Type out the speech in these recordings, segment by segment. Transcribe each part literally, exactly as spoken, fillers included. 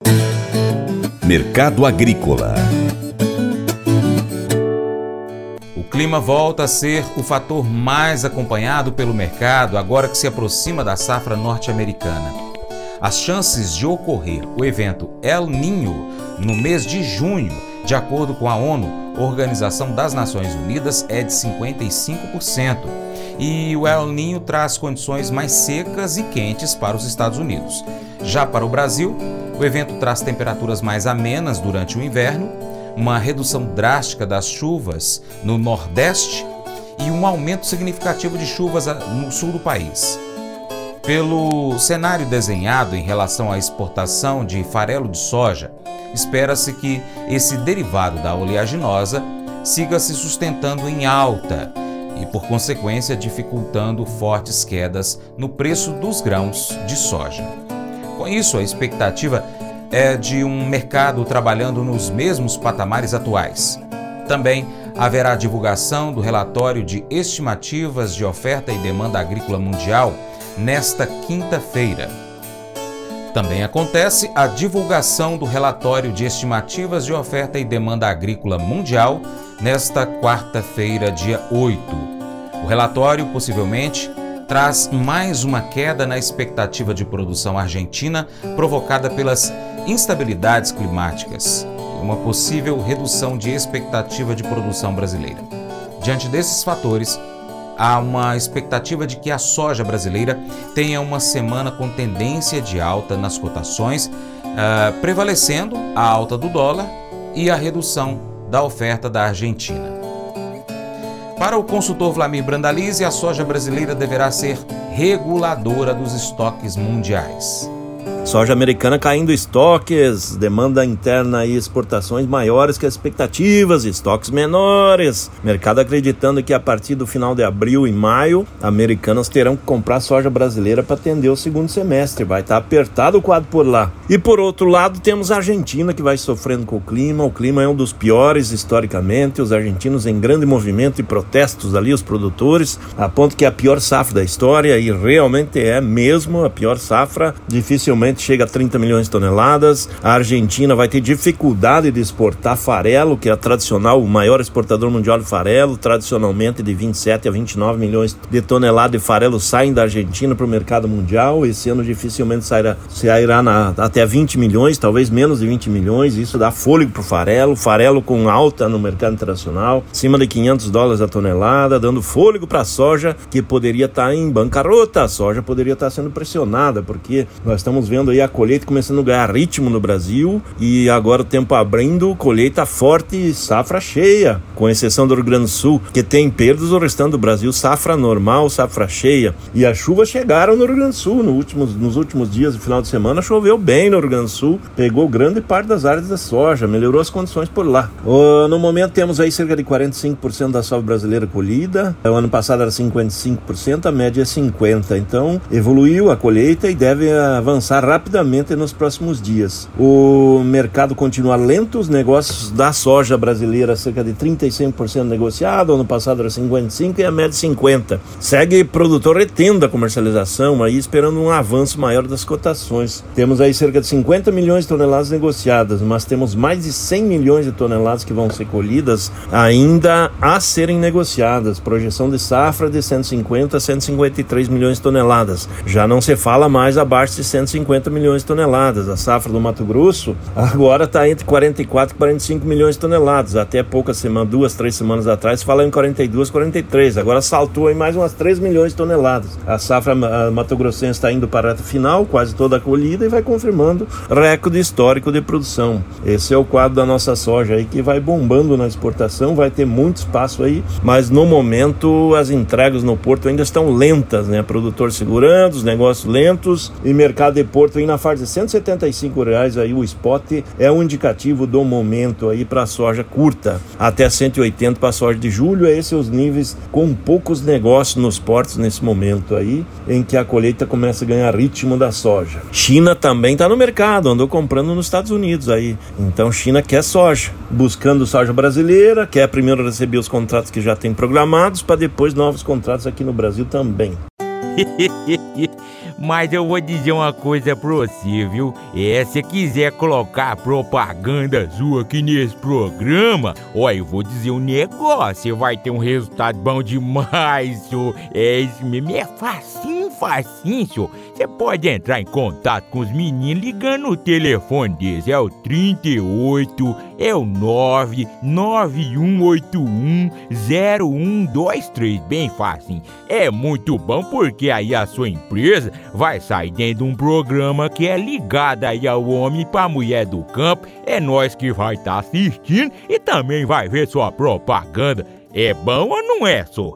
Mercado Agrícola. O clima volta a ser o fator mais acompanhado pelo mercado agora que se aproxima da safra norte-americana. As chances de ocorrer o evento El Niño no mês de junho, de acordo com a ONU, Organização das Nações Unidas, é de cinquenta e cinco por cento. E o El Niño traz condições mais secas e quentes para os Estados Unidos. Já para o Brasil, o evento traz temperaturas mais amenas durante o inverno, uma redução drástica das chuvas no Nordeste e um aumento significativo de chuvas no sul do país. Pelo cenário desenhado em relação à exportação de farelo de soja, espera-se que esse derivado da oleaginosa siga se sustentando em alta e, por consequência, dificultando fortes quedas no preço dos grãos de soja. Com isso, a expectativa é de um mercado trabalhando nos mesmos patamares atuais. Também haverá divulgação do relatório de estimativas de oferta e demanda agrícola mundial nesta quinta-feira. Também acontece a divulgação do relatório de estimativas de oferta e demanda agrícola mundial nesta quarta-feira, dia oito. O relatório, possivelmente, traz mais uma queda na expectativa de produção argentina provocada pelas instabilidades climáticas e uma possível redução de expectativa de produção brasileira. Diante desses fatores, há uma expectativa de que a soja brasileira tenha uma semana com tendência de alta nas cotações, uh, prevalecendo a alta do dólar e a redução da oferta da Argentina. Para o consultor Vlamir Brandalize, a soja brasileira deverá ser reguladora dos estoques mundiais. Soja americana caindo estoques, demanda interna e exportações maiores que as expectativas, estoques menores. Mercado acreditando que a partir do final de abril e maio, americanos terão que comprar soja brasileira para atender o segundo semestre. Vai estar apertado o quadro por lá. E por outro lado, temos a Argentina que vai sofrendo com o clima. O clima é um dos piores historicamente. Os argentinos em grande movimento e protestos ali, os produtores, a ponto que é a pior safra da história, e realmente é mesmo a pior safra. Dificilmente chega a trinta milhões de toneladas. A Argentina vai ter dificuldade de exportar farelo, que é a tradicional, o maior exportador mundial de farelo, tradicionalmente de vinte e sete a vinte e nove milhões de toneladas de farelo saem da Argentina para o mercado mundial. Esse ano dificilmente sairá, sairá na, até vinte milhões, talvez menos de vinte milhões. Isso dá fôlego para o farelo, farelo com alta no mercado internacional, acima de quinhentos dólares a tonelada, dando fôlego para a soja, que poderia estar em bancarrota. A soja poderia estar sendo pressionada, porque nós estamos vendo aí a colheita começando a ganhar ritmo no Brasil, e agora o tempo abrindo, colheita forte, safra cheia, com exceção do Rio Grande do Sul, que tem perdas. O restante do Brasil, safra normal, safra cheia. E as chuvas chegaram no Rio Grande do Sul, no últimos, nos últimos dias, no final de semana, choveu bem no Rio Grande do Sul, pegou grande parte das áreas da soja, melhorou as condições por lá. Uh, no momento temos aí cerca de quarenta e cinco por cento da soja brasileira colhida. O ano passado era cinquenta e cinco por cento, a média é cinquenta por cento. Então evoluiu a colheita e deve avançar rapidamente nos próximos dias. O mercado continua lento, os negócios da soja brasileira cerca de trinta e cinco por cento negociado, ano passado era cinquenta e cinco por cento e a média cinquenta por cento. Segue produtor retendo a comercialização, aí esperando um avanço maior das cotações. Temos aí cerca de cinquenta milhões de toneladas negociadas, mas temos mais de cem milhões de toneladas que vão ser colhidas ainda a serem negociadas. Projeção de safra de cento e cinquenta a cento e cinquenta e três milhões de toneladas. Já não se fala mais abaixo de cento e cinquenta milhões de toneladas. A safra do Mato Grosso agora está entre quarenta e quatro e quarenta e cinco milhões de toneladas. Até poucas semanas, duas, três semanas atrás, fala em quarenta e duas, quarenta e três. Agora saltou em mais umas três milhões de toneladas. A safra mato-grossense está indo para a reta final, quase toda a colhida, e vai confirmando recorde histórico de produção. Esse é o quadro da nossa soja aí, que vai bombando na exportação, vai ter muito espaço aí, mas no momento as entregas no porto ainda estão lentas, né? Produtor segurando, os negócios lentos, e mercado de porto aí na faixa de cento e setenta e cinco reais aí o spot é um indicativo do momento aí para a soja curta, até cento e oitenta para a soja de julho. É esses os níveis com poucos negócios nos portos nesse momento aí, em que a colheita começa a ganhar ritmo da soja. China também está no mercado, andou comprando nos Estados Unidos aí, então China quer soja, buscando soja brasileira, quer primeiro receber os contratos que já tem programados, para depois novos contratos aqui no Brasil também. Mas eu vou dizer uma coisa pra você, viu? É, se quiser colocar propaganda sua aqui nesse programa, ó, eu vou dizer um negócio, você vai ter um resultado bom demais, senhor. É isso mesmo, é facinho, facinho, senhor. Você pode entrar em contato com os meninos ligando no telefone deles, é o trinta e oito, é o nove nove um oito um zero um dois três, bem facinho. É muito bom porque aí a sua empresa vai sair dentro de um programa que é ligado aí ao homem pra mulher do campo. É nós que vai estar tá assistindo e também vai ver sua propaganda. É bom ou não é, só?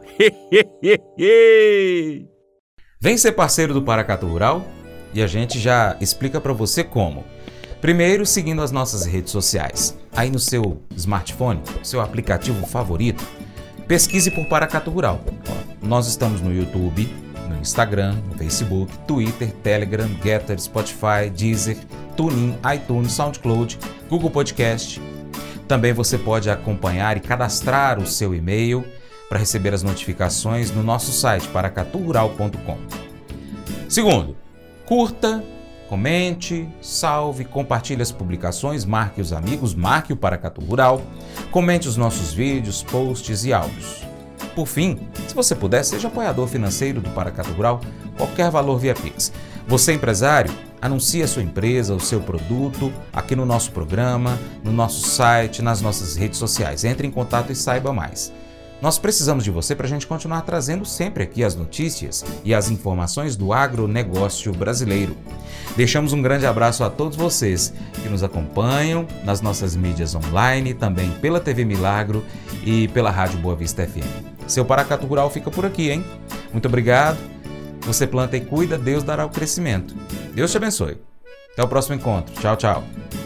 Vem ser parceiro do Paracatu Rural e a gente já explica para você como. Primeiro, seguindo as nossas redes sociais. Aí no seu smartphone, seu aplicativo favorito, pesquise por Paracatu Rural. Nós estamos no YouTube, no Instagram, no Facebook, Twitter, Telegram, Getter, Spotify, Deezer, TuneIn, iTunes, SoundCloud, Google Podcast. Também você pode acompanhar e cadastrar o seu e-mail para receber as notificações no nosso site paracatu rural ponto com. Segundo, curta, comente, salve, compartilhe as publicações, marque os amigos, marque o Paracatu Rural, comente os nossos vídeos, posts e áudios. Por fim, se você puder, seja apoiador financeiro do Paracatu Rural, qualquer valor via Pix. Você, empresário, anuncie a sua empresa, o seu produto, aqui no nosso programa, no nosso site, nas nossas redes sociais. Entre em contato e saiba mais. Nós precisamos de você para a gente continuar trazendo sempre aqui as notícias e as informações do agronegócio brasileiro. Deixamos um grande abraço a todos vocês que nos acompanham nas nossas mídias online, também pela T V Milagro e pela Rádio Boa Vista F M. Seu Paracatu Rural fica por aqui, hein? Muito obrigado. Você planta e cuida, Deus dará o crescimento. Deus te abençoe. Até o próximo encontro. Tchau, tchau.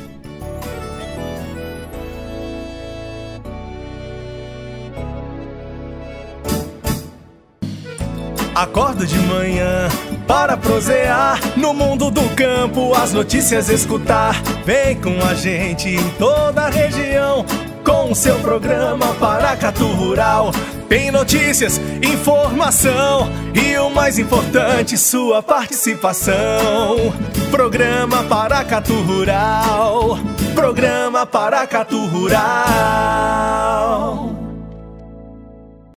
Acordo de manhã para prosear no mundo do campo, as notícias escutar. Vem com a gente em toda a região com o seu programa Paracatu Rural. Tem notícias, informação e o mais importante, sua participação. Programa Paracatu Rural. Programa Paracatu Rural.